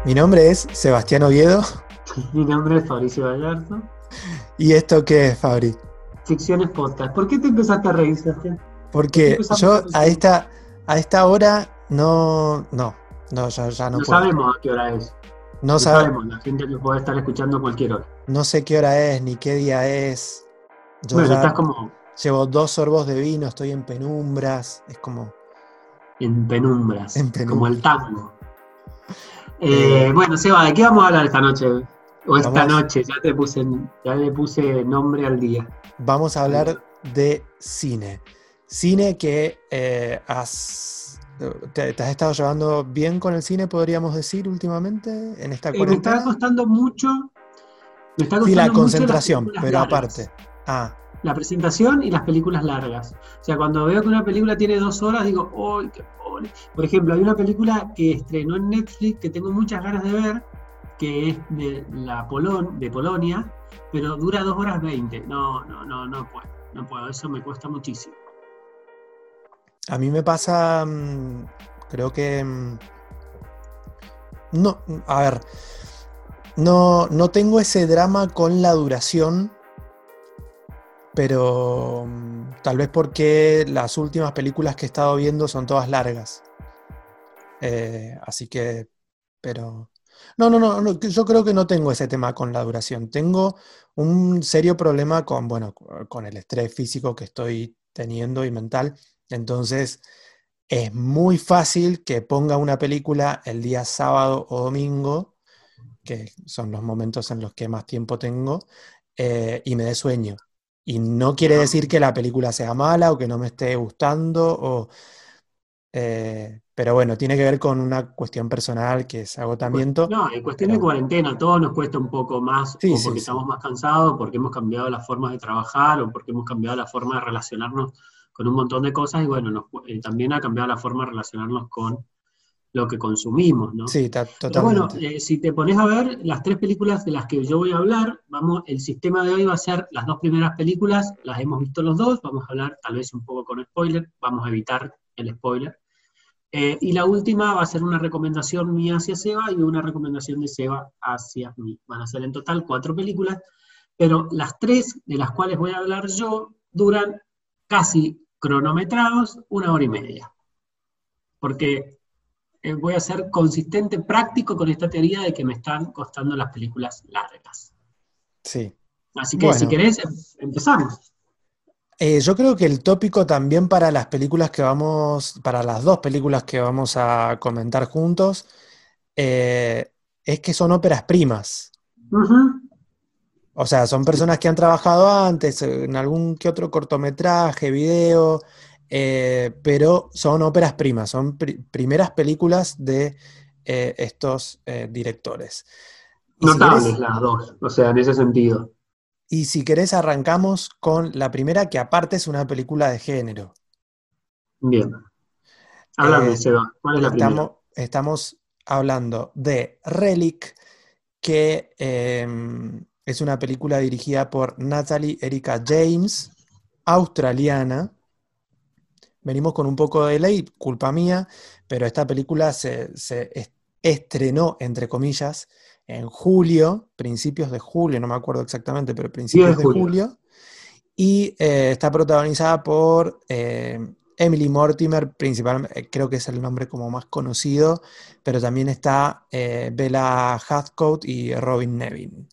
Mi nombre es Sebastián Oviedo. Mi nombre es Fabricio Gallardo. ¿Y esto qué es, Fabri? Ficciones Podcast. ¿Por qué te empezaste a reír, Sebastián? ¿Por qué Porque empezamos a yo a reír? esta hora no, ya no No puedo. sabemos a qué hora es. No, No sabemos, la gente lo puede estar escuchando a cualquier hora. no sé qué hora es ni qué día es. Yo Bueno, ya estás como llevo 2 sorbos de vino, estoy en penumbras. Es como en penumbras, en como el penumbras. tango. Eh, Bueno, Seba, ¿de qué vamos a hablar esta noche? O esta vamos, noche, ya le puse nombre al día. vamos a Al hablar día. de cine. Cine que te has estado llevando bien con el cine, podríamos decir, últimamente, en esta Me está cuarentena. costando mucho, me está Sí, la costando mucho las concentración, películas pero aparte. largas. Ah, La presentación y las películas largas. O sea, cuando veo que una película tiene 2 horas, digo, ¡ay, qué pobre! Por ejemplo, hay una película que estrenó en Netflix que tengo muchas ganas de ver, que es de Polonia, pero dura 2 horas 20. No puedo, no puedo, eso me cuesta muchísimo. a mí me pasa, creo que, no, a ver, no tengo ese drama con la duración, pero tal vez porque las últimas películas que he estado viendo son todas largas. Así que, pero... No, yo creo que no tengo ese tema con la duración. Tengo un serio problema con, bueno, con el estrés físico que estoy teniendo y mental. Entonces, es muy fácil que ponga una película el día sábado o domingo, que son los momentos en los que más tiempo tengo, y me dé sueño. Y no quiere decir que la película sea mala o que no me esté gustando o pero bueno, tiene que ver con una cuestión personal que es agotamiento. No, en cuestión de Pero cuarentena, todo nos cuesta un poco más, sí, o sí, porque sí. estamos más cansados, porque hemos cambiado las formas de trabajar, o porque hemos cambiado la forma de relacionarnos con un montón de cosas, y bueno, también ha cambiado la forma de relacionarnos con lo que consumimos, ¿no? Sí, Pero bueno, totalmente. si te pones a ver las tres películas de las que yo voy a hablar, el sistema de hoy va a ser las dos primeras películas, las hemos visto los dos, vamos a hablar tal vez un poco con spoiler, vamos a evitar el spoiler. Y la última va a ser una recomendación mía hacia Seba y una recomendación de Seba hacia mí. Van a ser en total 4 películas, pero las tres de las cuales voy a hablar yo duran casi cronometrados 1 hora y media, porque voy a ser consistente, práctico con esta teoría de que me están costando las películas largas. Sí. Así que si Bueno, querés, empezamos. yo creo que el tópico también para las películas que vamos, para las dos películas que vamos a comentar juntos, eh, es que son óperas primas. Ujú. O sea, son Sí. personas que han trabajado antes en algún que otro cortometraje, video, pero son óperas primas, son primeras películas de estos directores. Y si Notables querés, las dos, o sea, en ese sentido. y si querés arrancamos con la primera, que aparte es una película de género. Bien, háblame, Eh, Seba, ¿cuál es la primera? estamos hablando de Relic, que es una película dirigida por Natalie Erika James, australiana. Venimos con un poco de delay, culpa mía, pero esta película se estrenó, entre comillas, en julio, principios de julio, no me acuerdo exactamente, pero 10 de principios de julio. julio, y está protagonizada por Emily Mortimer, principalmente, creo que es el nombre como más conocido, pero también está Bella Heathcote y Robin Nevin.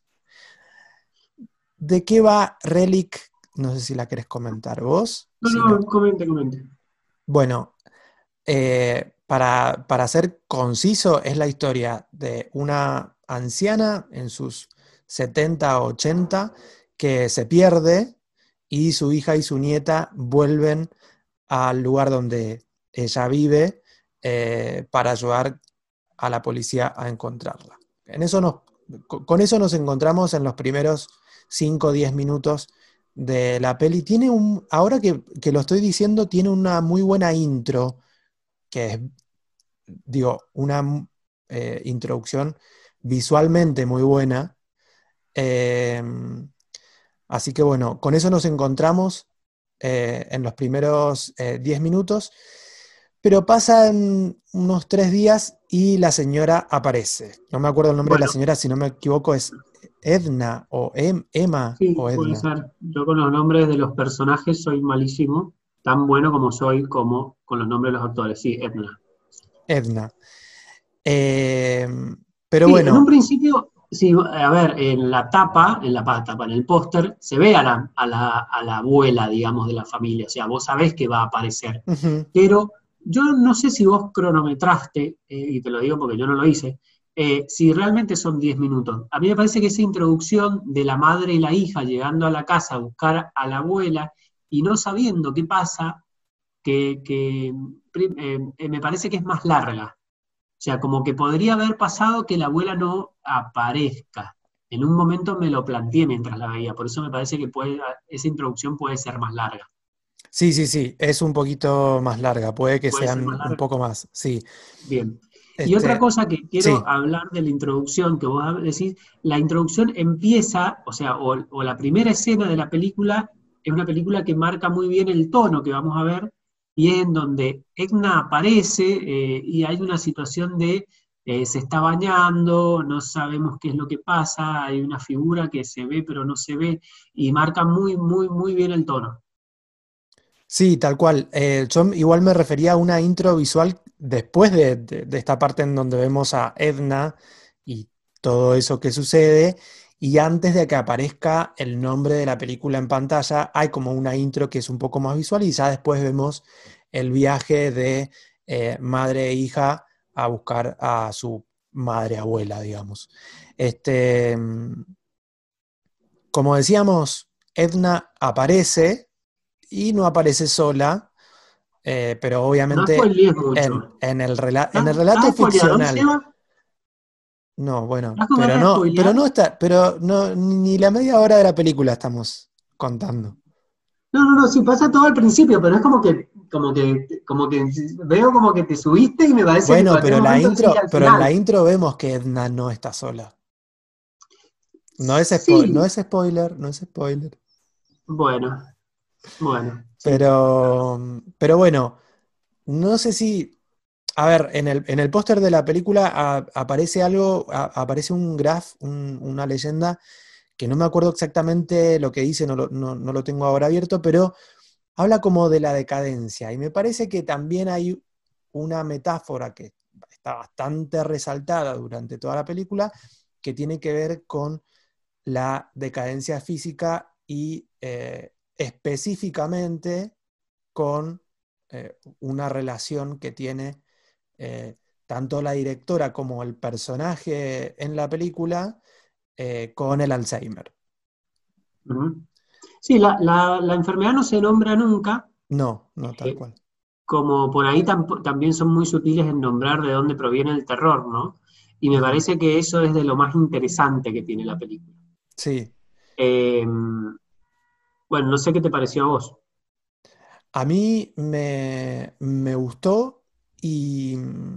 ¿De qué va Relic? No sé si la querés comentar vos. No, Si no. no, comente. Bueno, para ser conciso, es la historia de una anciana en sus 70 o 80 que se pierde y su hija y su nieta vuelven al lugar donde ella vive para ayudar a la policía a encontrarla. Con eso nos encontramos en los primeros 5 o 10 minutos de la peli. Ahora que lo estoy diciendo, tiene una muy buena intro, que es, digo, una introducción visualmente muy buena. Eh, Así que bueno, con eso nos encontramos en los primeros 10 minutos. pero pasan unos 3 días y la señora aparece. No me acuerdo el nombre de la Bueno, señora, si no me equivoco es Edna o Emma sí, o puede Edna. ser. Yo con los nombres de los personajes soy malísimo, tan bueno como soy como con los nombres de los actores. Sí, Edna. Edna. Eh, pero Sí, en un bueno, principio, sí, a ver, en la tapa, en el póster, se ve a la abuela, digamos, de la familia. O sea, vos sabés que va a aparecer. ujú. Pero yo no sé si vos cronometraste, y te lo digo porque yo no lo hice, si realmente son 10 minutos. A mí me parece que esa introducción de la madre y la hija llegando a la casa a buscar a la abuela y no sabiendo qué pasa, me parece que es más larga. O sea, como que podría haber pasado que la abuela no aparezca. En un momento me lo planteé mientras la veía, por eso me parece que esa introducción puede ser más larga. Sí, sí, sí, es un poquito más larga, puede que Puede ser más sean un larga. poco más, sí. Bien. Y otra Este, cosa que quiero sí, hablar de la introducción, que vos decís, la introducción empieza, o sea, o la primera escena de la película es una película que marca muy bien el tono que vamos a ver, y es en donde Edna aparece y hay una situación de se está bañando, no sabemos qué es lo que pasa, hay una figura que se ve pero no se ve, y marca muy, muy, muy bien el tono. sí, tal cual. Yo igual me refería a una intro visual después de esta parte en donde vemos a Edna y todo eso que sucede, y antes de que aparezca el nombre de la película en pantalla, hay como una intro que es un poco más visual y ya después vemos el viaje de madre e hija a buscar a su madre abuela, digamos. Este, como decíamos, Edna aparece y no aparece sola, pero No obviamente spoilees mucho. en el relato ¿Estás spoileador, ficcional, Seba? no, bueno, ¿Estás con ganas de pero spoilear? no está, pero no, ni la media hora de la película estamos contando. No, no, no, sí pasa todo al principio, pero es como que veo como que te subiste y me parece que en Bueno, cualquier momento sigue al pero en la final. intro vemos que Edna no está sola. No Sí, es spoiler, no es spoiler. bueno, bueno, sí. Pero bueno, no sé si. A ver, en el póster de la película aparece algo, aparece un graph, una leyenda, que no me acuerdo exactamente lo que dice, no lo tengo ahora abierto, pero habla como de la decadencia. Y me parece que también hay una metáfora que está bastante resaltada durante toda la película, que tiene que ver con la decadencia física y específicamente con una relación que tiene eh, tanto la directora como el personaje en la película con el Alzheimer. Ujú. Sí, la enfermedad no se nombra nunca, No, no tal eh, cual. como por ahí también son muy sutiles en nombrar de dónde proviene el terror, ¿no? Y me Ujú. parece que eso es de lo más interesante que tiene la película. Sí, Eh, bueno, no sé qué te pareció a vos. a mí me gustó y,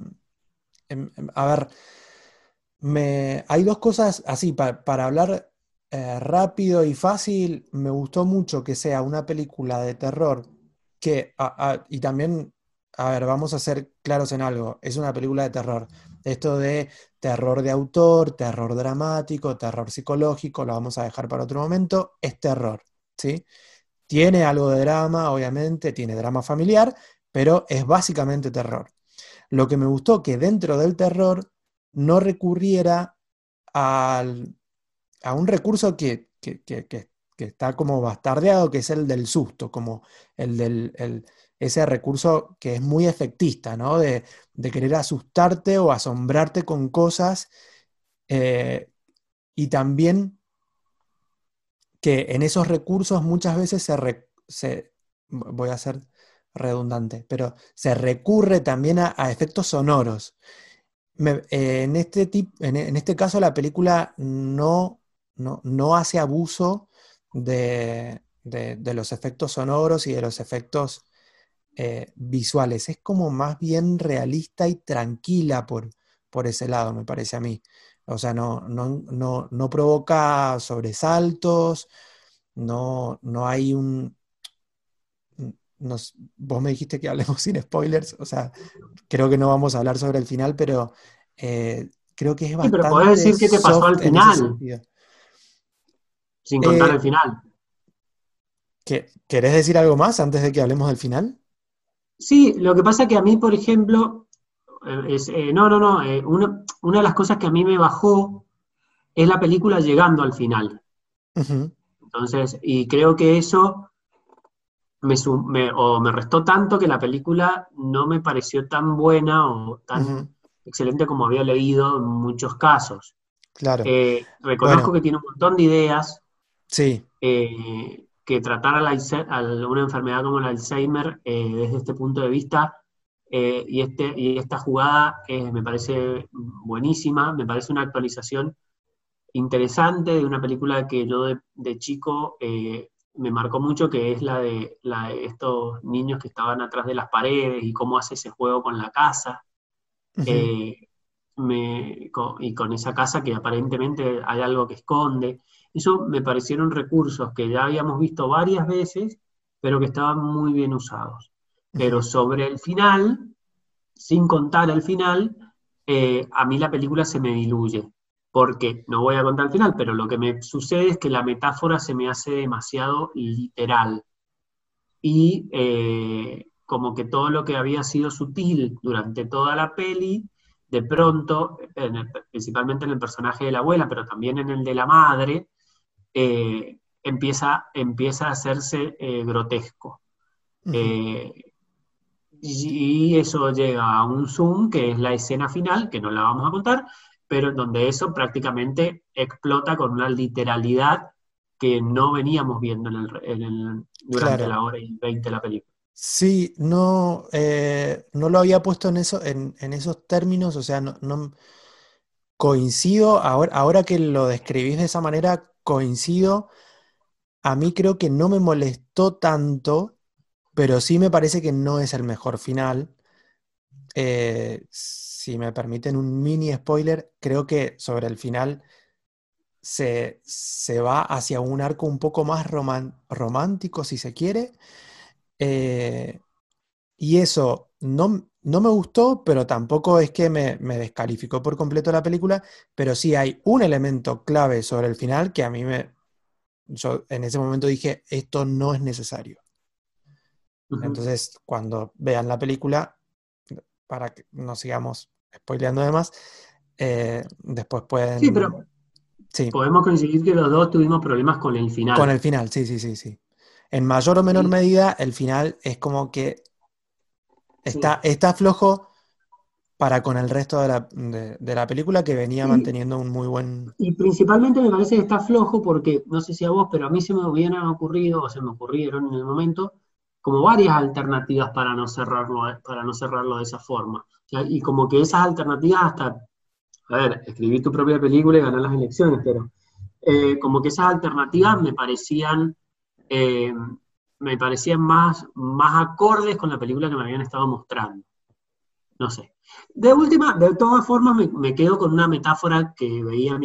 a ver, hay dos cosas así, para hablar rápido y fácil, me gustó mucho que sea una película de terror y también, a ver, vamos a ser claros en algo, es una película de terror. Esto de terror de autor, terror dramático, terror psicológico, lo vamos a dejar para otro momento, es terror, ¿sí? Tiene algo de drama, obviamente, tiene drama familiar, pero es básicamente terror. Lo que me gustó que dentro del terror no recurriera al- a un recurso que está como bastardeado, que es el del susto, como ese recurso que es muy efectista, ¿no? De querer asustarte o asombrarte con cosas, eh, y también que en esos recursos muchas veces voy a ser redundante, pero se recurre también a efectos sonoros. En este caso la película no hace abuso de los efectos sonoros y de los efectos visuales. Es como más bien realista y tranquila por ese lado, me parece a mí. O sea, no provoca sobresaltos, no hay vos me dijiste que hablemos sin spoilers, o sea, creo que no vamos a hablar sobre el final, pero creo que es Sí, pero podés bastante decir qué te pasó al soft en ese final, sentido. sin contar Eh, el final. ¿Querés decir algo más antes de que hablemos del final? Sí, lo que pasa que a mí, por ejemplo, una de las cosas que a mí me bajó es la película llegando al final. Ujú, Entonces, y creo que eso me restó tanto que la película no me pareció tan buena o ujú, tan excelente como había leído en muchos casos. claro. Reconozco Bueno, que tiene un montón de ideas, sí. que tratar una enfermedad como el Alzheimer desde este punto de vista y esta jugada me parece buenísima, me parece una actualización interesante de una película que yo de chico me marcó mucho, que es la de estos niños que estaban atrás de las paredes y cómo hace ese juego con la casa. Ujú, eh, y con esa casa que aparentemente hay algo que esconde. Eso me parecieron recursos que ya habíamos visto varias veces, pero que estaban muy bien usados. Pero ujú, sobre el final, sin contar el final, a mí la película se me diluye. Porque no voy a contar el final, pero lo que me sucede es que la metáfora se me hace demasiado literal. Y como que todo lo que había sido sutil durante toda la peli, de pronto, principalmente en el personaje de la abuela, pero también en el de la madre, empieza a hacerse grotesco. ujú. Eh, y eso llega a un zoom, que es la escena final, que no la vamos a contar, pero en donde eso prácticamente explota con una literalidad que no veníamos viendo durante Claro. la hora y 20 de la película. Sí, no, no lo había puesto en esos términos, o sea, coincido, ahora que lo describís de esa manera, coincido. A mí creo que no me molestó tanto, pero sí me parece que no es el mejor final. Si me permiten un mini spoiler, creo que sobre el final se va hacia un arco un poco más romántico, si se quiere. Eh, y eso no me gustó, pero tampoco es que me descalificó por completo la película, pero sí hay un elemento clave sobre el final que a mí yo en ese momento dije, esto no es necesario. Ujú. Entonces, cuando vean la película, para que no sigamos spoileando demás, después Sí, pero pueden, sí, podemos coincidir que los dos tuvimos problemas con el con final. el final, sí, sí, sí, sí. En mayor o menor Y, medida, el final es como que sí. está flojo para con el resto de la película que venía Y, manteniendo un muy buen... y principalmente me parece que está flojo porque, no sé si a vos, pero a mí se me hubieran ocurrido, o se me ocurrieron en el momento, como varias alternativas para no cerrarlo de esa forma. O sea, y como que esas alternativas hasta, a ver, escribir tu propia película y ganar las elecciones, pero como que esas alternativas eh, me parecían más acordes con la película que me habían estado mostrando. No sé. De última, de todas formas, me quedo con una metáfora que veía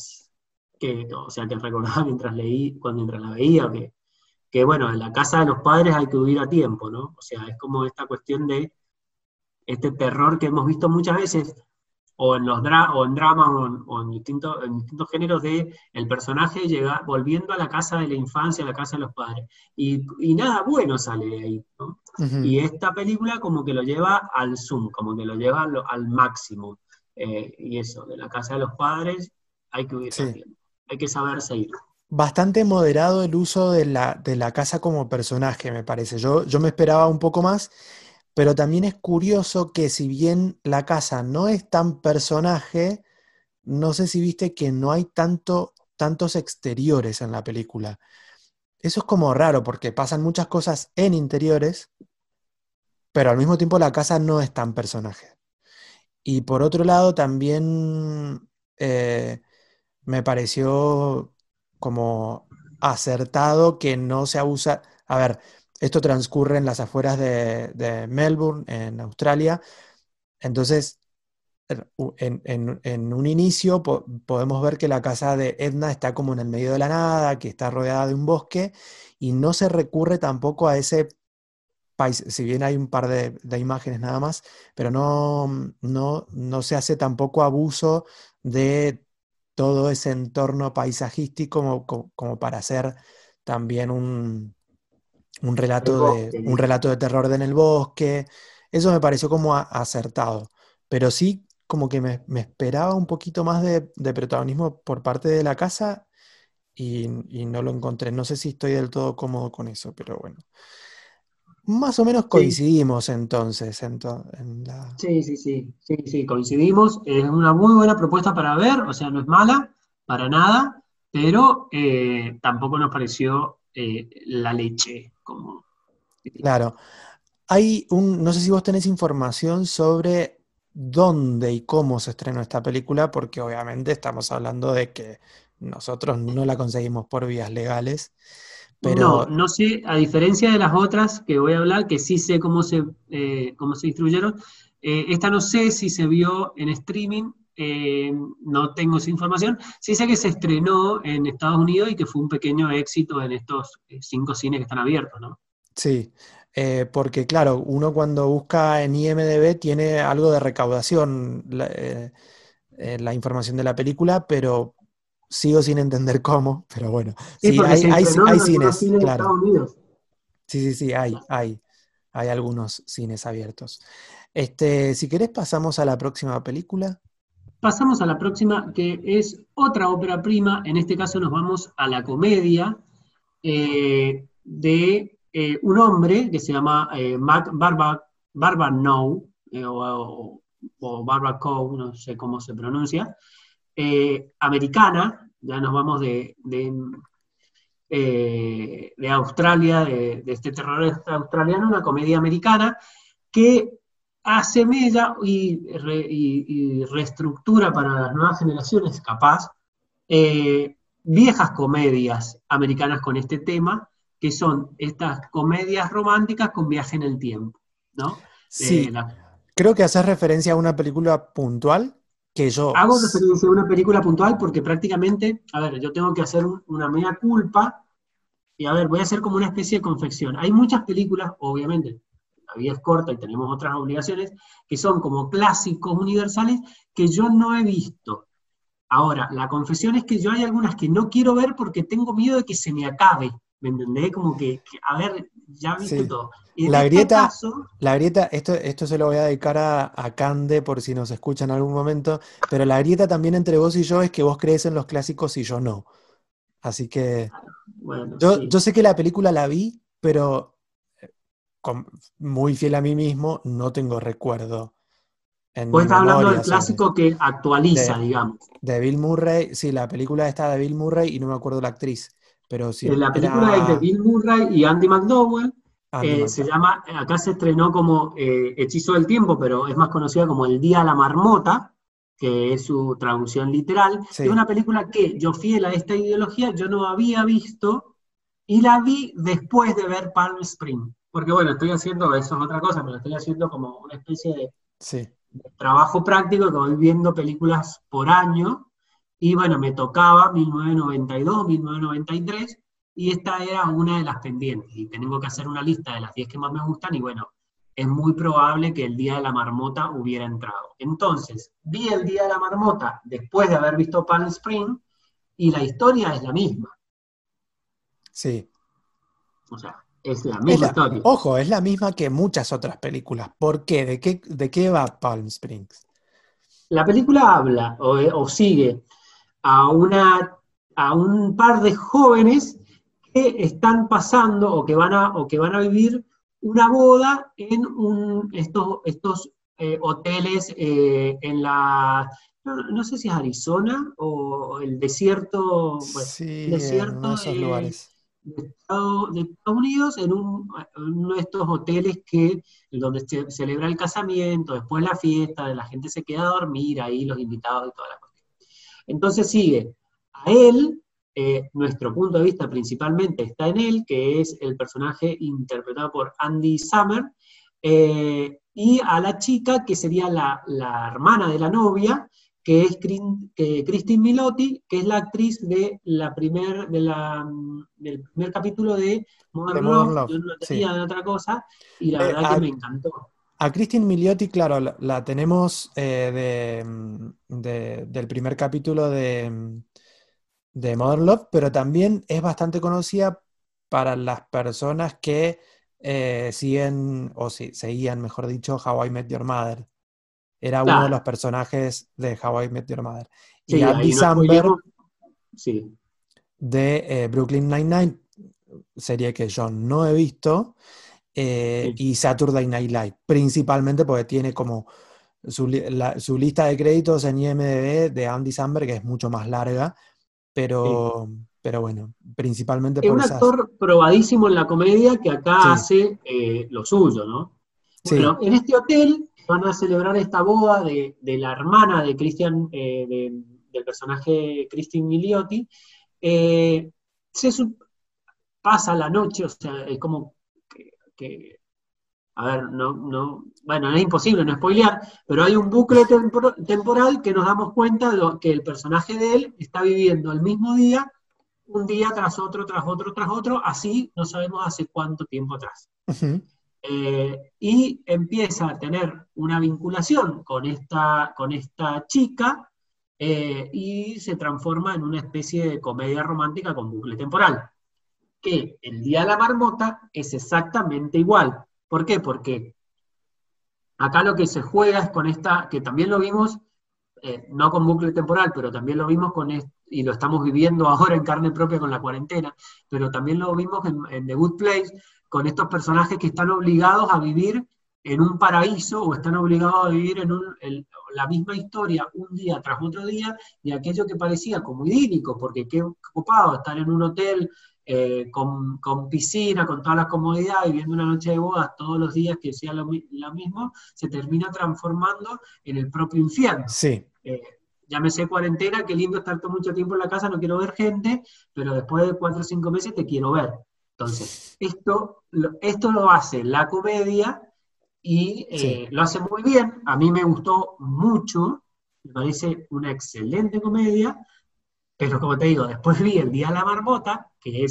o sea, que recordaba mientras la veía, que bueno, en la casa de los padres hay que huir a tiempo, ¿no? O sea, es como esta cuestión de este terror que hemos visto muchas veces, o en dramas, en distintos géneros de el personaje volviendo a la casa de la infancia, a la casa de los padres. Y nada bueno sale de ahí, ¿no? Ujú, Y esta película como que lo lleva al zoom, como que lo lleva al máximo. Y eso, de la casa de los padres hay que huir a sí. tiempo, hay que saberse ir. Bastante moderado el uso de la casa como personaje, me parece. Yo me esperaba un poco más, pero también es curioso que si bien la casa no es tan personaje, no sé si viste que no hay tantos exteriores en la película. Eso es como raro porque pasan muchas cosas en interiores, pero al mismo tiempo la casa no es tan personaje. Y por otro lado, también me pareció como acertado que no se abusa. A ver, esto transcurre en las afueras de Melbourne, en Australia. Entonces, en un inicio podemos ver que la casa de Edna está como en el medio de la nada, que está rodeada de un bosque, y no se recurre tampoco a ese si bien hay un par de imágenes nada más, pero no se hace tampoco abuso de todo ese entorno paisajístico como para hacer también un El relato bosque, un digamos. relato de terror en el bosque. Eso me pareció como acertado. Pero sí, como que me esperaba un poquito más de protagonismo por parte de la casa y no lo encontré. No sé si estoy del todo cómodo con eso, pero bueno. Más o menos Sí, coincidimos entonces en la... sí, coincidimos. Es una muy buena propuesta para ver, o sea, no es mala para nada, pero tampoco nos pareció la leche, como diríamos. Claro, no sé si vos tenés información sobre dónde y cómo se estrenó esta película, porque obviamente estamos hablando de que nosotros no la conseguimos por vías legales, No, pero no sé, a diferencia de las otras que voy a hablar, que sí sé cómo se distribuyeron, esta no sé si se vio en streaming, no tengo esa información. Sí sé que se estrenó en Estados Unidos y que fue un pequeño éxito en estos 5 cines que están abiertos, ¿no? sí, porque claro, uno cuando busca en IMDb tiene algo de recaudación la información de la película, pero sigo sin entender cómo, pero bueno, Sí, sí, porque se estrenó hay en algunos cines, cines de claro. Estados Unidos. Sí, sí, sí, hay algunos cines abiertos. Si querés pasamos a la próxima película. Pasamos a la próxima, que es otra ópera prima. En este caso nos vamos a la comedia de un hombre que se llama Mac Barbanou, o Barbacoa, no sé cómo se pronuncia, americana. Ya nos vamos de Australia, de este terrorista australiano, una comedia americana que asemilla y reestructura para las nuevas generaciones, capaz, viejas comedias americanas con este tema, que son estas comedias románticas con viaje en el tiempo, ¿no? Sí, La creo que haces referencia a una película puntual que yo... Hago referencia a una película puntual porque prácticamente, a ver, yo tengo que hacer una mea culpa y a ver, voy a hacer como una especie de confección. Hay muchas películas, obviamente, la vida es corta y tenemos otras obligaciones, que son como clásicos universales que yo no he visto. Ahora, la confesión es que yo hay algunas que no quiero ver porque tengo miedo de que se me acabe, ¿me entendés? Como a ver, ya viste Sí. todo. Y en La este grieta, caso, la grieta, esto se lo voy a dedicar a Cande por si nos escucha en algún momento, pero la grieta también entre vos y yo es que vos crees en los clásicos y yo no. Así que bueno, yo sí. sé que la película la vi, pero con- muy fiel a mí mismo, no tengo recuerdo en Vos mi estás hablando del memoria sobre clásico que actualiza, de, digamos. de Bill Murray. Sí, la película está de Bill Murray y no me acuerdo la actriz, pero sí, La película es de era Bill Murray y Andy McDowell. Andy Se McDowell. llama, acá se estrenó como Hechizo del Tiempo, pero es más conocida como El Día de la Marmota, que es su traducción literal. Es Sí, una película que yo, fiel a esta ideología, yo no había visto y la vi después de ver Palm Spring. Porque bueno, estoy haciendo, eso es otra cosa, pero estoy haciendo como una especie de sí, trabajo práctico que voy viendo películas por año, y bueno, me tocaba 1992, 1993, y esta era una de las pendientes, y tengo que hacer una lista de las 10 que más me gustan, y bueno, es muy probable que el Día de la Marmota hubiera entrado. Entonces, vi el Día de la Marmota después de haber visto Palm Spring, y la historia es la misma, sí. o sea, es la misma historia. Ojo, es la misma que muchas otras películas. ¿Por qué? De qué va Palm Springs? La película habla o sigue a, una, a un par de jóvenes que están pasando o que van a vivir una boda en estos hoteles en no sé si es Arizona o el desierto, bueno, el Sí, en uno de desierto esos lugares. de Estados Unidos, en uno de estos hoteles donde se celebra el casamiento, después la fiesta, la gente se queda a dormir ahí, los invitados y toda la cosa. Entonces sigue a él, nuestro punto de vista principalmente está en él, que es el personaje interpretado por Andy Sammer, y a la chica, que sería la hermana de la novia, que Christine Milioti, que es la actriz del primer capítulo de De Modern Modern Love. Love, Yo no lo sí. tenía de otra cosa, y la Eh, verdad que a, me encantó. a Christine Milioti, claro, la tenemos del primer capítulo de Modern Love, pero también es bastante conocida para las personas que siguen, o seguían, mejor dicho, How I Met Your Mother. Era uno de los Claro, personajes de How I Met Your Mother. Y sí, Andy ahí no Samberg spoilemos. Sí, de Brooklyn Nine-Nine, serie que yo no he visto, sí, y Saturday Night Live, principalmente porque tiene como su lista de créditos en IMDb de Andy Samberg, que es mucho más larga, sí. pero bueno, principalmente Es por un esas. actor probadísimo en la comedia que acá Sí, hace lo suyo, ¿no? sí, Bueno, en este hotel van a celebrar esta boda de la hermana de Christian, del personaje Christine Milioti. Eh, se su- Pasa la noche, o sea, es como a ver, bueno, es imposible no spoilear, pero hay un bucle temporal que nos damos cuenta que el personaje de él está viviendo el mismo día, un día tras otro, tras otro, tras otro, así no sabemos hace cuánto tiempo atrás. ujú, Y empieza a tener una vinculación con esta chica, y se transforma en una especie de comedia romántica con bucle temporal. Que el Día de la Marmota es exactamente igual. ¿Por qué? Porque acá lo que se juega es con esta, que también lo vimos, no con bucle temporal, pero también lo vimos y lo estamos viviendo ahora en carne propia con la cuarentena, pero también lo vimos en The Good Place, con estos personajes que están obligados a vivir en un paraíso o están obligados a vivir la misma historia un día tras otro día, y aquello que parecía como idílico, porque qué ocupado estar en un hotel con piscina, con todas las comodidades, viviendo una noche de bodas todos los días que sea lo mismo, se termina transformando en el propio infierno. sí, Eh, Llámese cuarentena, qué lindo estar todo mucho tiempo en la casa, no quiero ver gente, pero después de 4 o 5 meses te quiero ver. Entonces, esto lo hace la comedia y sí. lo hace muy bien. A mí me gustó mucho, me parece una excelente comedia, pero como te digo, después vi El Día de la Marmota, que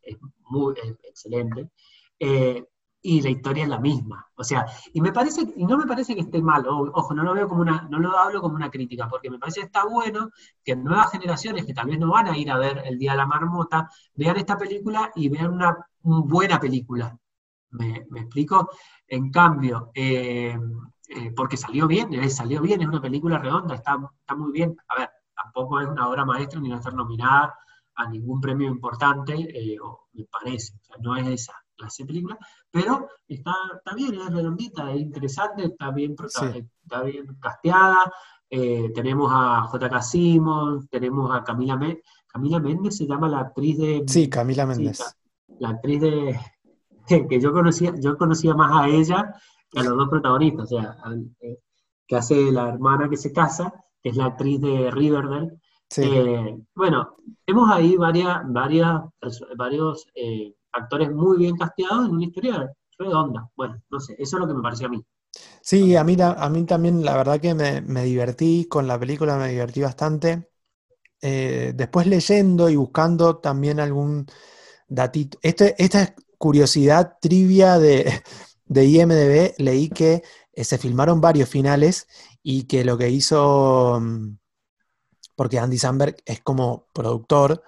es excelente, eh, y la historia es la misma. O sea, y no me parece que esté mal, ojo, no lo veo no lo hablo como una crítica, porque me parece que está bueno que nuevas generaciones que tal vez no van a ir a ver El Día de la Marmota, vean esta película y vean una buena película. ¿Me explico? En cambio, porque salió bien, es una película redonda, está muy bien. A ver, tampoco es una obra maestra ni va a estar nominada a ningún premio importante, me parece. O sea, no es esa clase de película, pero está bien, es redondita, es interesante, Sí, está bien casteada. Tenemos a J.K. Simmons, tenemos a Camila Méndez, se llama la actriz de. sí, Camila Sí, Méndez. la actriz de, que yo conocía más a ella que a los dos protagonistas, o sea, que hace la hermana que se casa, que es la actriz de Riverdale. Sí. Bueno, tenemos ahí varios actores muy bien casteados en una historia redonda. Bueno, no sé, eso es lo que me pareció a mí. Sí, a mí también la verdad que me divertí con la película, me divertí bastante. Después leyendo y buscando también algún datito. Esta es curiosidad trivia de IMDb. Leí que se filmaron varios finales y que lo que hizo, porque Andy Samberg es como productor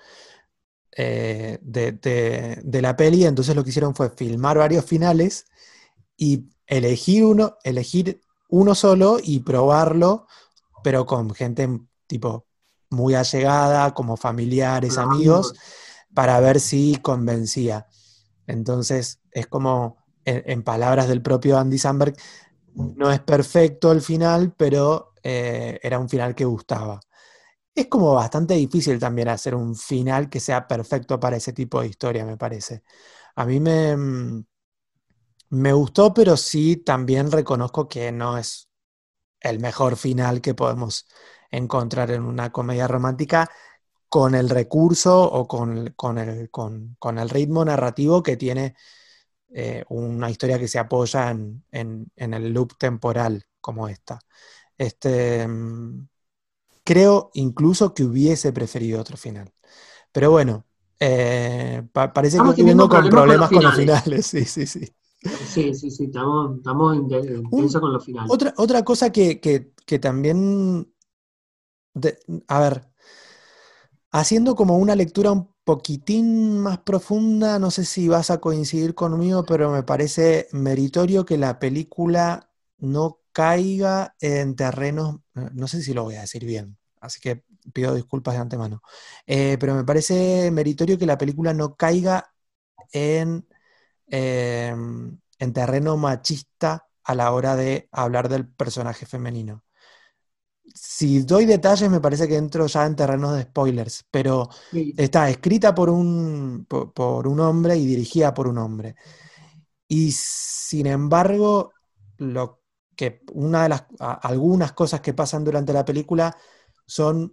de la peli, entonces lo que hicieron fue filmar varios finales y elegir uno solo y probarlo, pero con gente tipo muy allegada, como Con familiares, los amigos, amigos. para ver si convencía. Entonces, es como, en palabras del propio Andy Samberg, no es perfecto el final, pero era un final que gustaba. Es como bastante difícil también hacer un final que sea perfecto para ese tipo de historia, me parece. A mí me gustó, pero sí también reconozco que no es el mejor final que podemos encontrar en una comedia romántica con el recurso o con el ritmo narrativo que tiene una historia que se apoya en el loop temporal como esta. Este, creo incluso que hubiese preferido otro final. Pero bueno, parece que Estamos hoy teniendo vengo con problemas con los problemas con los finales. finales, sí, sí, sí. Sí, sí, sí, estamos intensos Un- con los finales. otra cosa que también, a ver, haciendo como una lectura un poquitín más profunda, no sé si vas a coincidir conmigo, pero me parece meritorio que la película no caiga en terrenos, no sé si lo voy a decir bien, así que pido disculpas de antemano. Pero me parece meritorio que la película no caiga en, en terreno machista a la hora de hablar del personaje femenino. Si doy detalles, me parece que entro ya en terrenos de spoilers, pero Sí, está escrita por un hombre y dirigida por un hombre. Y sin embargo, lo que una de algunas cosas que pasan durante la película son,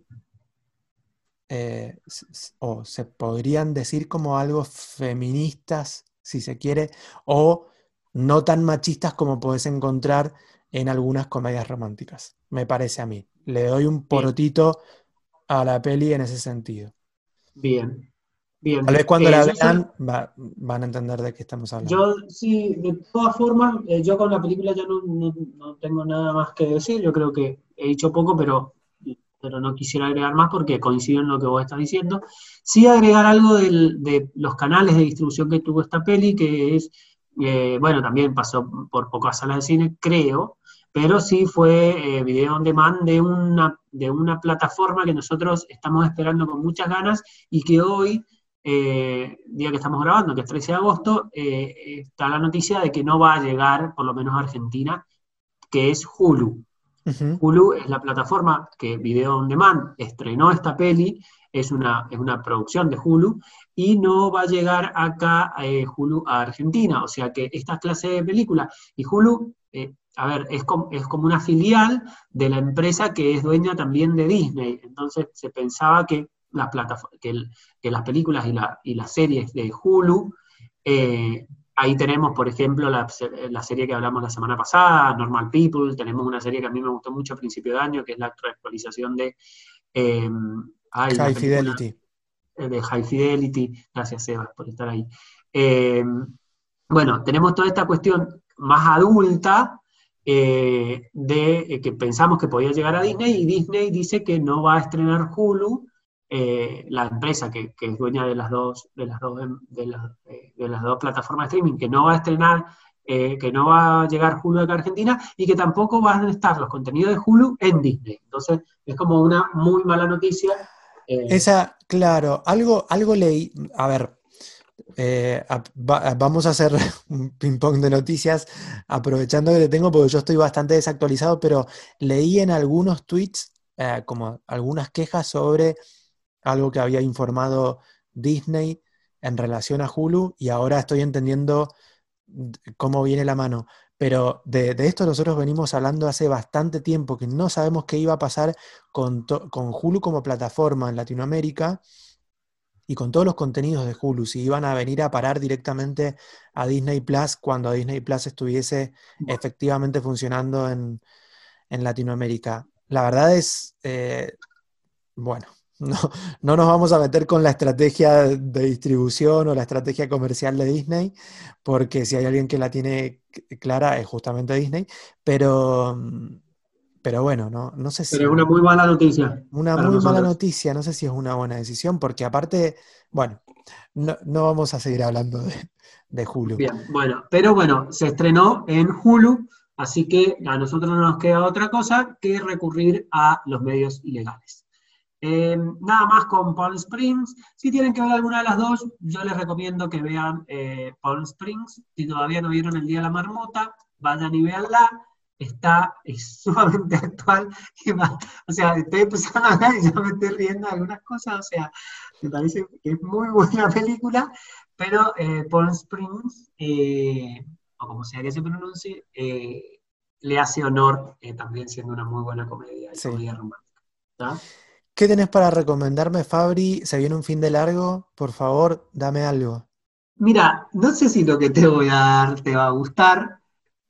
o se podrían decir como algo feministas, si se quiere, o no tan machistas como podés encontrar en algunas comedias románticas, me parece a mí. Le doy un bien, porotito a la peli en ese sentido. bien, Tal vez bien. cuando la vean van a entender de qué estamos hablando. Yo sí, de todas formas, yo con la película ya no tengo nada más que decir. Yo creo que he dicho poco, pero no quisiera agregar más porque coincido en lo que vos estás diciendo. Sí agregar algo de los canales de distribución que tuvo esta peli, que es, bueno, también pasó por pocas salas de cine, creo, pero sí fue video on demand de una plataforma que nosotros estamos esperando con muchas ganas y que hoy día que estamos grabando, que es 13 de agosto, está la noticia de que no va a llegar, por lo menos a Argentina, que es Hulu. Ujú. Hulu es la plataforma que Video On Demand estrenó esta peli, es una producción de Hulu, y no va a llegar acá Hulu a Argentina. O sea que esta clase de películas, y Hulu, a ver, es como una filial de la empresa que es dueña también de Disney. Entonces se pensaba que que las películas y las series de Hulu eh, ahí tenemos, por ejemplo, la serie que hablamos la semana pasada, Normal People. Tenemos una serie que a mí me gustó mucho a principio de año, que es la actualización eh, la High película Fidelity. de High Fidelity. Gracias, Sebas, por estar ahí. Eh, bueno, tenemos toda esta cuestión más adulta que pensamos que podía llegar a Disney, y Disney dice que no va a estrenar Hulu, la empresa que es dueña de las dos plataformas de streaming, que no va a estrenar, que no va a llegar Hulu acá a Argentina, y que tampoco van a estar los contenidos de Hulu en Disney. Entonces, es como una muy mala noticia. Esa, claro, algo leí. A ver, vamos a hacer un ping-pong de noticias, aprovechando que te tengo, porque yo estoy bastante desactualizado, pero leí en algunos tweets como algunas quejas sobre algo que había informado Disney en relación a Hulu, y ahora estoy entendiendo cómo viene la mano. Pero de esto nosotros venimos hablando hace bastante tiempo, que no sabemos qué iba a pasar con Hulu como plataforma en Latinoamérica y con todos los contenidos de Hulu, si iban a venir a parar directamente a Disney Plus cuando Disney Plus estuviese efectivamente funcionando en Latinoamérica. La verdad es, bueno, no, no nos vamos a meter con la estrategia de distribución o la estrategia comercial de Disney, porque si hay alguien que la tiene clara es justamente Disney, pero, pero bueno, no sé Pero es una si muy mala noticia una para muy mala nosotros. noticia, no sé si es una buena decisión, porque aparte, bueno, no vamos a seguir hablando de Hulu. Bien, bueno, pero bueno, se estrenó en Hulu, así que a nosotros no nos queda otra cosa que recurrir a los medios ilegales. Nada más con Palm Springs. Si tienen que ver alguna de las dos, yo les recomiendo que vean Palm Springs. Si todavía no vieron El Día de la Marmota, vayan y véanla. Es sumamente actual. O sea, estoy empezando a hablar y ya me estoy riendo de algunas cosas. O sea, me parece que es muy buena película, pero Palm Springs, o como sea que se pronuncie, le hace honor también siendo una muy buena comedia y Sí. comedia romántica. ¿Tá? ¿Qué tenés para recomendarme, Fabri? ¿Se viene un fin de largo? Por favor, dame algo. Mira, no sé si lo que te voy a dar te va a gustar.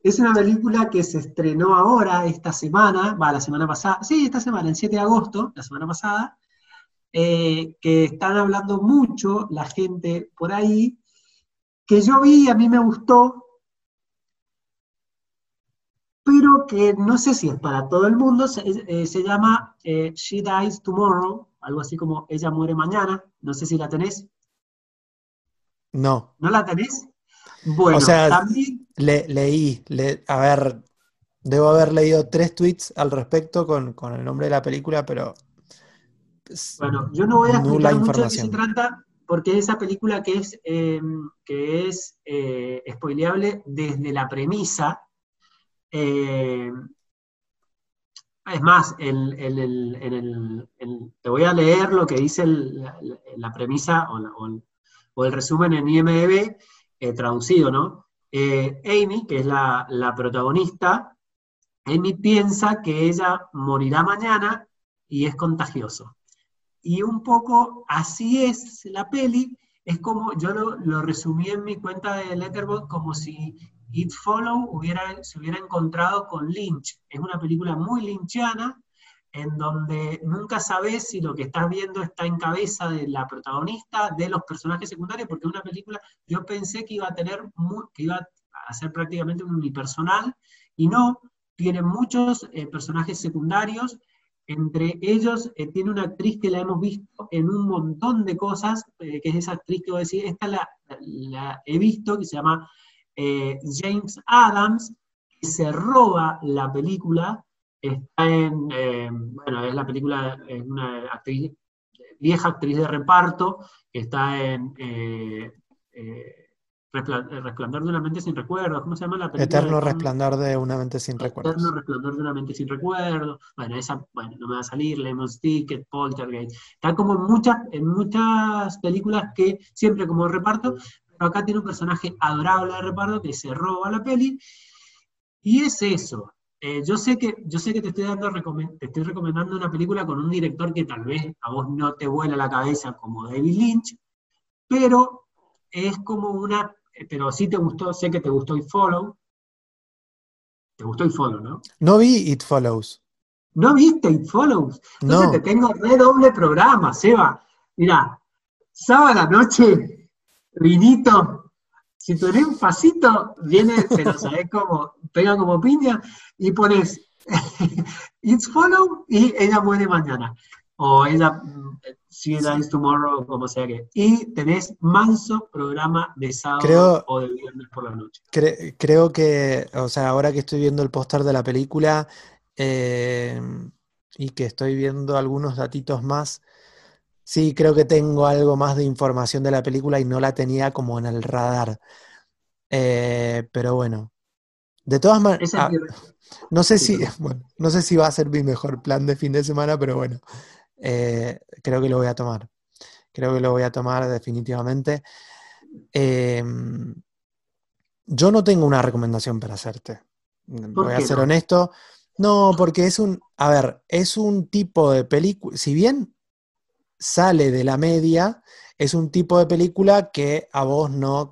Es una película que se estrenó ahora, esta semana, la semana pasada, sí, esta semana, el 7 de agosto, la semana pasada, que están hablando mucho la gente por ahí, que yo vi, a mí me gustó, pero que no sé si es para todo el mundo, se llama She Dies Tomorrow, algo así como Ella muere mañana, no sé si la tenés. No. ¿No la tenés? O Bueno, sea, también, a ver, debo haber leído 3 tweets al respecto con el nombre de la película, pero es bueno, yo no voy a nula explicar mucho de qué se información. trata, porque esa película que es spoileable desde la premisa. eh, es más, te voy a leer lo que dice la premisa o el resumen en IMDb, traducido, ¿no? Amy, que es la protagonista, Amy piensa que ella morirá mañana y es contagioso. Y un poco así es la peli, es como, yo lo resumí en mi cuenta de Letterboxd como si It Follow se hubiera encontrado con Lynch. Es una película muy lynchiana, en donde nunca sabes si lo que estás viendo está en cabeza de la protagonista, de los personajes secundarios, porque es una película, yo pensé que iba a que iba a ser prácticamente un unipersonal, y no, tiene muchos personajes secundarios. Entre ellos, tiene una actriz que la hemos visto en un montón de cosas, que es esa actriz que voy a decir, esta la he visto, que se llama James Adams, que se roba la película. Está bueno, es la película, es una actriz, vieja actriz de reparto, que está en Resplandor de una mente sin recuerdos. ¿Cómo se llama la película de Eterno Tom? resplandor de una mente sin Eterno recuerdos. Resplandor de una mente sin recuerdo. Bueno, esa, bueno, no me va a salir, Lemon's Ticket, Poltergeist. Está como en muchas películas que siempre como reparto, pero acá tiene un personaje adorable de reparto que se roba la peli. Y es eso. Yo sé que te estoy recomendando una película con un director que tal vez a vos no te vuela la cabeza como David Lynch, pero es como pero sí te gustó, sé que te gustó y Follow, te gustó y Follow, ¿no? No vi It Follows. ¿No viste It Follows? Entonces te No. tengo doble programa, Seba. Mirá, sábado a la noche, vinito, si tenés un pasito, viene, pero sabés cómo, pega como piña, y pones It's Follow y ella muere mañana. O ella She Dies Tomorrow, como sea que. Y tenés manso programa de sábado Creo, o de viernes por la noche. creo que, o sea, ahora que estoy viendo el póster de la película eh, y que estoy viendo algunos datitos más, sí, creo que tengo algo más de información de la película y no la tenía como en el radar. Pero bueno, de todas maneras, Esa es mi no sé sí, si, perdón. bueno, no sé si va a ser mi mejor plan de fin de semana, pero bueno, creo que lo voy a tomar. Creo que lo voy a tomar definitivamente. Eh, yo no tengo una recomendación para hacerte. ¿Por Voy a qué ser no? honesto. No, porque a ver, es un tipo de película, si bien sale de la media, es un tipo de película que a vos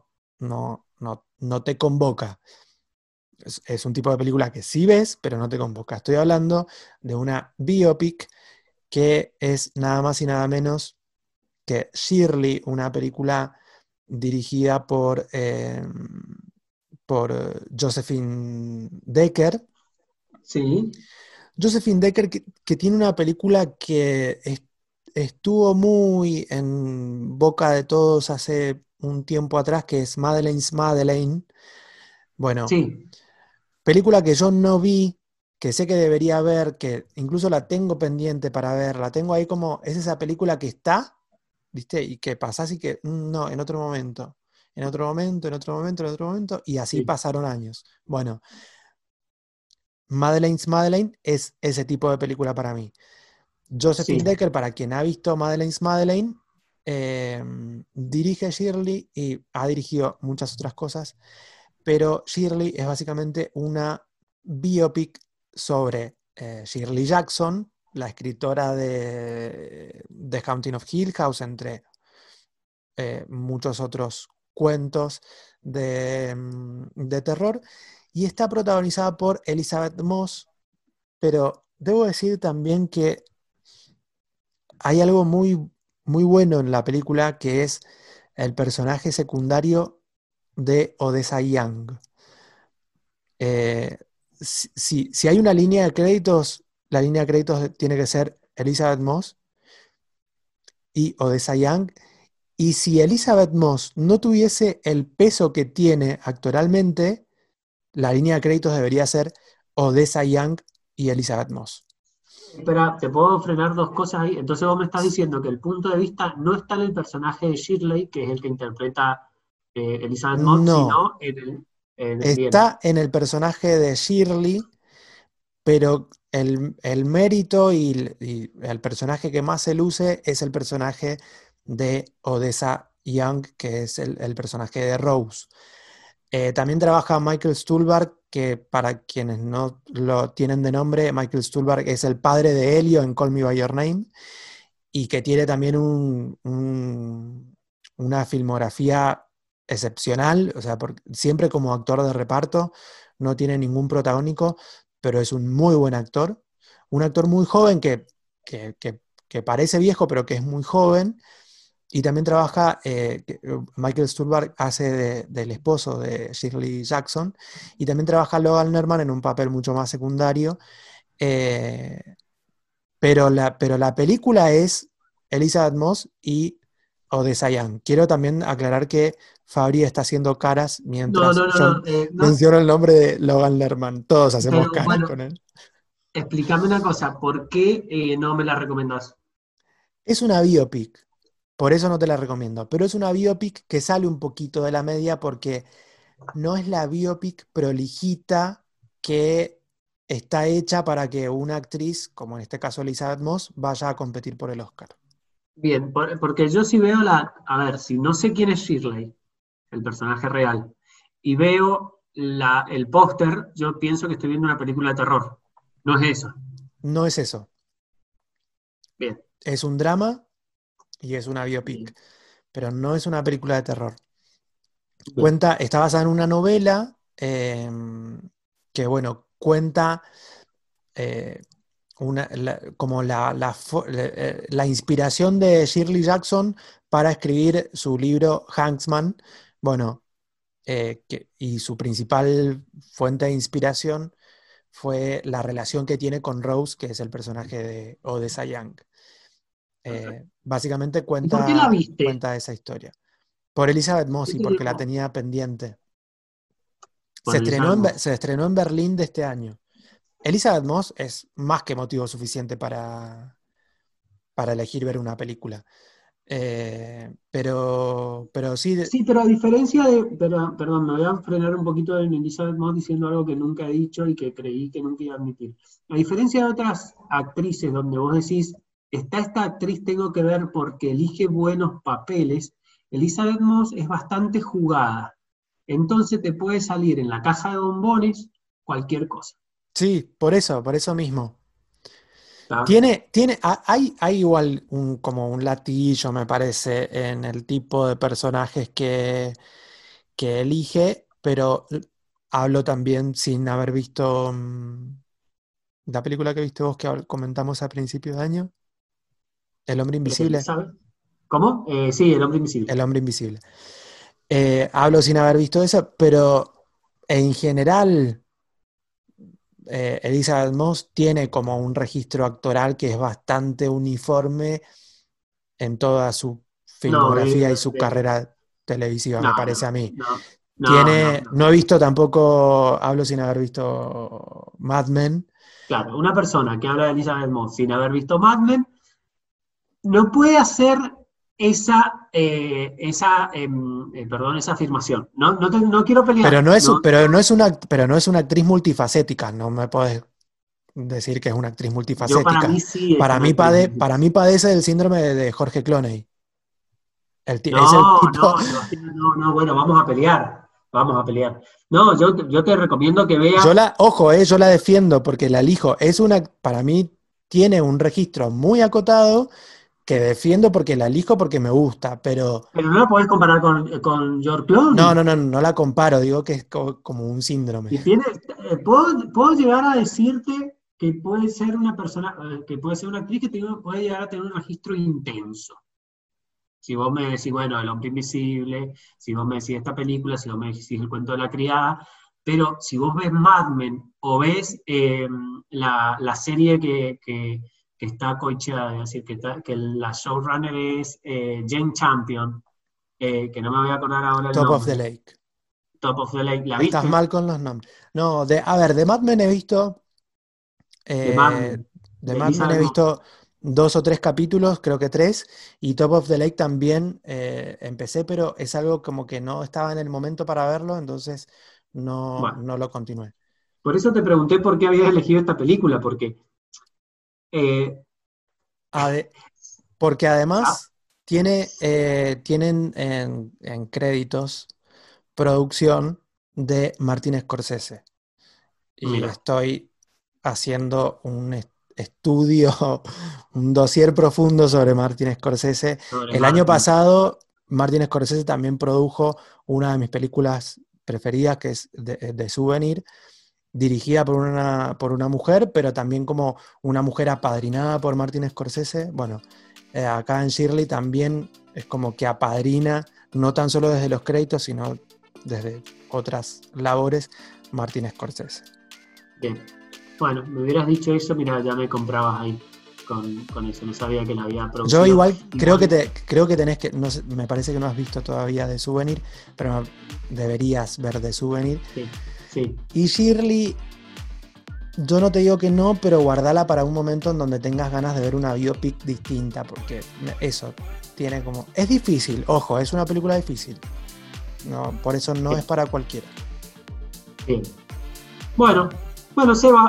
no te convoca. Es un tipo de película que sí ves, pero no te convoca. Estoy hablando de una biopic que es nada más y nada menos que Shirley, una película dirigida por Josephine Decker. Sí, Josephine Decker que tiene una película que estuvo muy en boca de todos hace un tiempo atrás, que es Madeleine's Madeleine. Bueno, sí, película que yo no vi, que sé que debería ver, que incluso la tengo pendiente para ver, la tengo ahí como, es esa película que está, ¿viste? Y que pasás y que, no, en otro momento, en otro momento, en otro momento, en otro momento, y así sí, pasaron años. Bueno, Madeleine's Madeleine es ese tipo de película para mí. Josephine sí. Decker, para quien ha visto Madeleine's Madeleine, dirige Shirley y ha dirigido muchas otras cosas, pero Shirley es básicamente una biopic sobre Shirley Jackson, la escritora de The Haunting of Hill House, entre muchos otros cuentos de terror, y está protagonizada por Elizabeth Moss, pero debo decir también que hay algo muy, muy bueno en la película, que es el personaje secundario de Odessa Young. Eh, si hay una línea de créditos, la línea de créditos tiene que ser Elizabeth Moss y Odessa Young. Y si Elizabeth Moss no tuviese el peso que tiene actualmente, la línea de créditos debería ser Odessa Young y Elizabeth Moss. Espera, te puedo frenar dos cosas ahí. Entonces vos me estás diciendo que el punto de vista no está en el personaje de Shirley, que es el que interpreta Elizabeth Moss, No, sino bien. está en el personaje de Shirley, pero el mérito y el personaje que más se luce es el personaje de Odessa Young, que es el personaje de Rose. También trabaja Michael Stuhlbarg, que para quienes no lo tienen de nombre, Michael Stuhlbarg es el padre de Elio en Call Me By Your Name, y que tiene también una filmografía excepcional, o sea, siempre como actor de reparto, no tiene ningún protagónico, pero es un muy buen actor, un actor muy joven que, que- que parece viejo, pero que es muy joven, y también trabaja, Michael Stuhlbarg hace del esposo de Shirley Jackson, y también trabaja Logan Lerman en un papel mucho más secundario, eh, pero la película es Elizabeth Moss y Odessa Young. Quiero también aclarar que Fabri está haciendo caras No, mientras no, no, yo no, no, menciono el nombre de Logan Lerman. Todos hacemos pero caras bueno, con él. explícame una cosa, ¿por qué no me la recomendás? Es una biopic, por eso no te la recomiendo, pero es una biopic que sale un poquito de la media porque no es la biopic prolijita que está hecha para que una actriz, como en este caso Elizabeth Moss, vaya a competir por el Oscar. Bien, porque yo sí veo a ver, si no sé quién es Shirley, el personaje real, y veo el póster, yo pienso que estoy viendo una película de terror. No es eso. No es eso, Bien, es un drama y es una biopic, bien, pero no es una película de terror. bien. Está basada en una novela, que, bueno, cuenta, eh, como la inspiración de Shirley Jackson para escribir su libro Hanksman. Bueno, y su principal fuente de inspiración fue la relación que tiene con Rose, que es el personaje de Odessa Young. Perfecto. Básicamente ¿Y por qué la viste? cuenta esa historia. Por Elizabeth ¿Qué Moss y te porque la llevó? tenía pendiente. Por Elizabeth Moss. Se estrenó en Berlín de este año. Elizabeth Moss es más que motivo suficiente para elegir ver una película. Pero sí, Sí, pero a diferencia de, pero, perdón, me voy a frenar un poquito en Elizabeth Moss diciendo algo que nunca he dicho y que creí que nunca iba a admitir. A diferencia de otras actrices donde vos decís, está esta actriz tengo que ver porque elige buenos papeles, Elizabeth Moss es bastante jugada. Entonces te puede salir en la caja de bombones cualquier cosa. sí, por eso mismo. ¿Está? Hay igual como un latillo, me parece, en el tipo de personajes que elige, pero hablo también sin haber visto, la película que viste vos que comentamos a principios de año, El hombre invisible. Elizabeth. ¿Cómo? Sí, El hombre invisible. El hombre invisible. Hablo sin haber visto eso, pero en general, Elizabeth Moss tiene como un registro actoral que es bastante uniforme en toda su No, filmografía y su carrera televisiva, me no, parece a no, mí. no, no, no, no. No he visto tampoco, hablo sin haber visto Mad Men. Claro, una persona que habla de Elizabeth Moss sin haber visto Mad Men no puede hacer perdón, esa afirmación. No, no quiero pelear. No, Pero no es una actriz multifacética, no me puedes decir que es una actriz yo para mí multifacética. sí es una actriz Para mí multifacética. padece del síndrome de Jorge Clooney. Es el No, tipo. no, Sebastián, no, no, bueno, vamos a pelear. Vamos a pelear. No, yo te recomiendo que veas. Ojo, yo la defiendo porque la elijo. Para mí tiene un registro muy acotado, que defiendo porque la elijo porque me gusta, pero Pero no la podés comparar con George Clooney. no la comparo, digo que es como un síndrome. Y tiene, puedo llegar a decirte que puede ser una persona, que puede ser una actriz que puede llegar a tener un registro intenso. Si vos me decís, bueno, El hombre invisible, si vos me decís esta película, si vos me decís El cuento de la criada, pero si vos ves Mad Men o ves la serie que está coacheada, es decir, que la showrunner es Jane Champion, que no me voy a acordar ahora el Top of the nombre, Lake. Top of the Lake, ¿la Estás viste? mal con los nombres. No, a ver, de Mad Men he visto. De Mad Eh, Men, de de Mad Men he Elizabeth Moss. visto 2 o 3 capítulos, creo que 3, y Top of the Lake también empecé, pero es algo como que no estaba en el momento para verlo, entonces Bueno, no lo continué. por eso te pregunté por qué habías elegido esta película, porque eh, Ade- Porque ah, además tienen en créditos producción de Martin Scorsese. Y mira, estoy haciendo un estudio, un dossier profundo sobre Martin Scorsese. sobre El año Martin. pasado, Martin Scorsese también produjo una de mis películas preferidas, que es de Souvenir, dirigida por una mujer, pero también como una mujer apadrinada por Martin Scorsese. Bueno, acá en Shirley también es como que apadrina, no tan solo desde los créditos, sino desde otras labores, Martin Scorsese. Bien. Bueno, me hubieras dicho eso, mira, ya me comprabas ahí con eso, no sabía que la había Yo producido. igual Igual, creo que tenés que, no sé, me parece que no has visto todavía de Souvenir, pero deberías ver de Souvenir. sí, sí, Y Shirley, yo no te digo que no, pero guardala para un momento en donde tengas ganas de ver una biopic distinta, porque eso tiene como... Es difícil, ojo, es una película difícil. No, por eso no bien, es para cualquiera. bien. Bueno, bueno, Seba,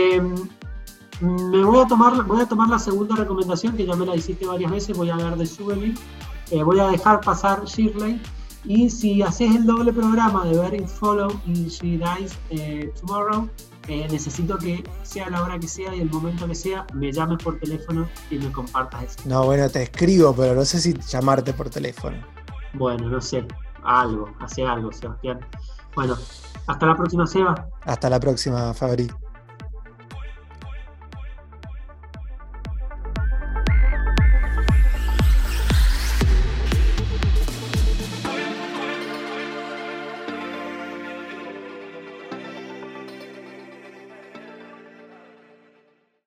voy a tomar la segunda recomendación, que ya me la hiciste varias veces, voy a hablar de Souvenir, voy a dejar pasar Shirley, y si haces el doble programa de ver It Follow y She Dies Tomorrow, necesito que sea la hora que sea y el momento que sea, me llames por teléfono y me compartas eso. No, bueno, te escribo, pero no sé si llamarte por teléfono. Bueno, no sé, hace algo, Sebastián. Bueno, hasta la próxima, Seba. Hasta la próxima, Fabri.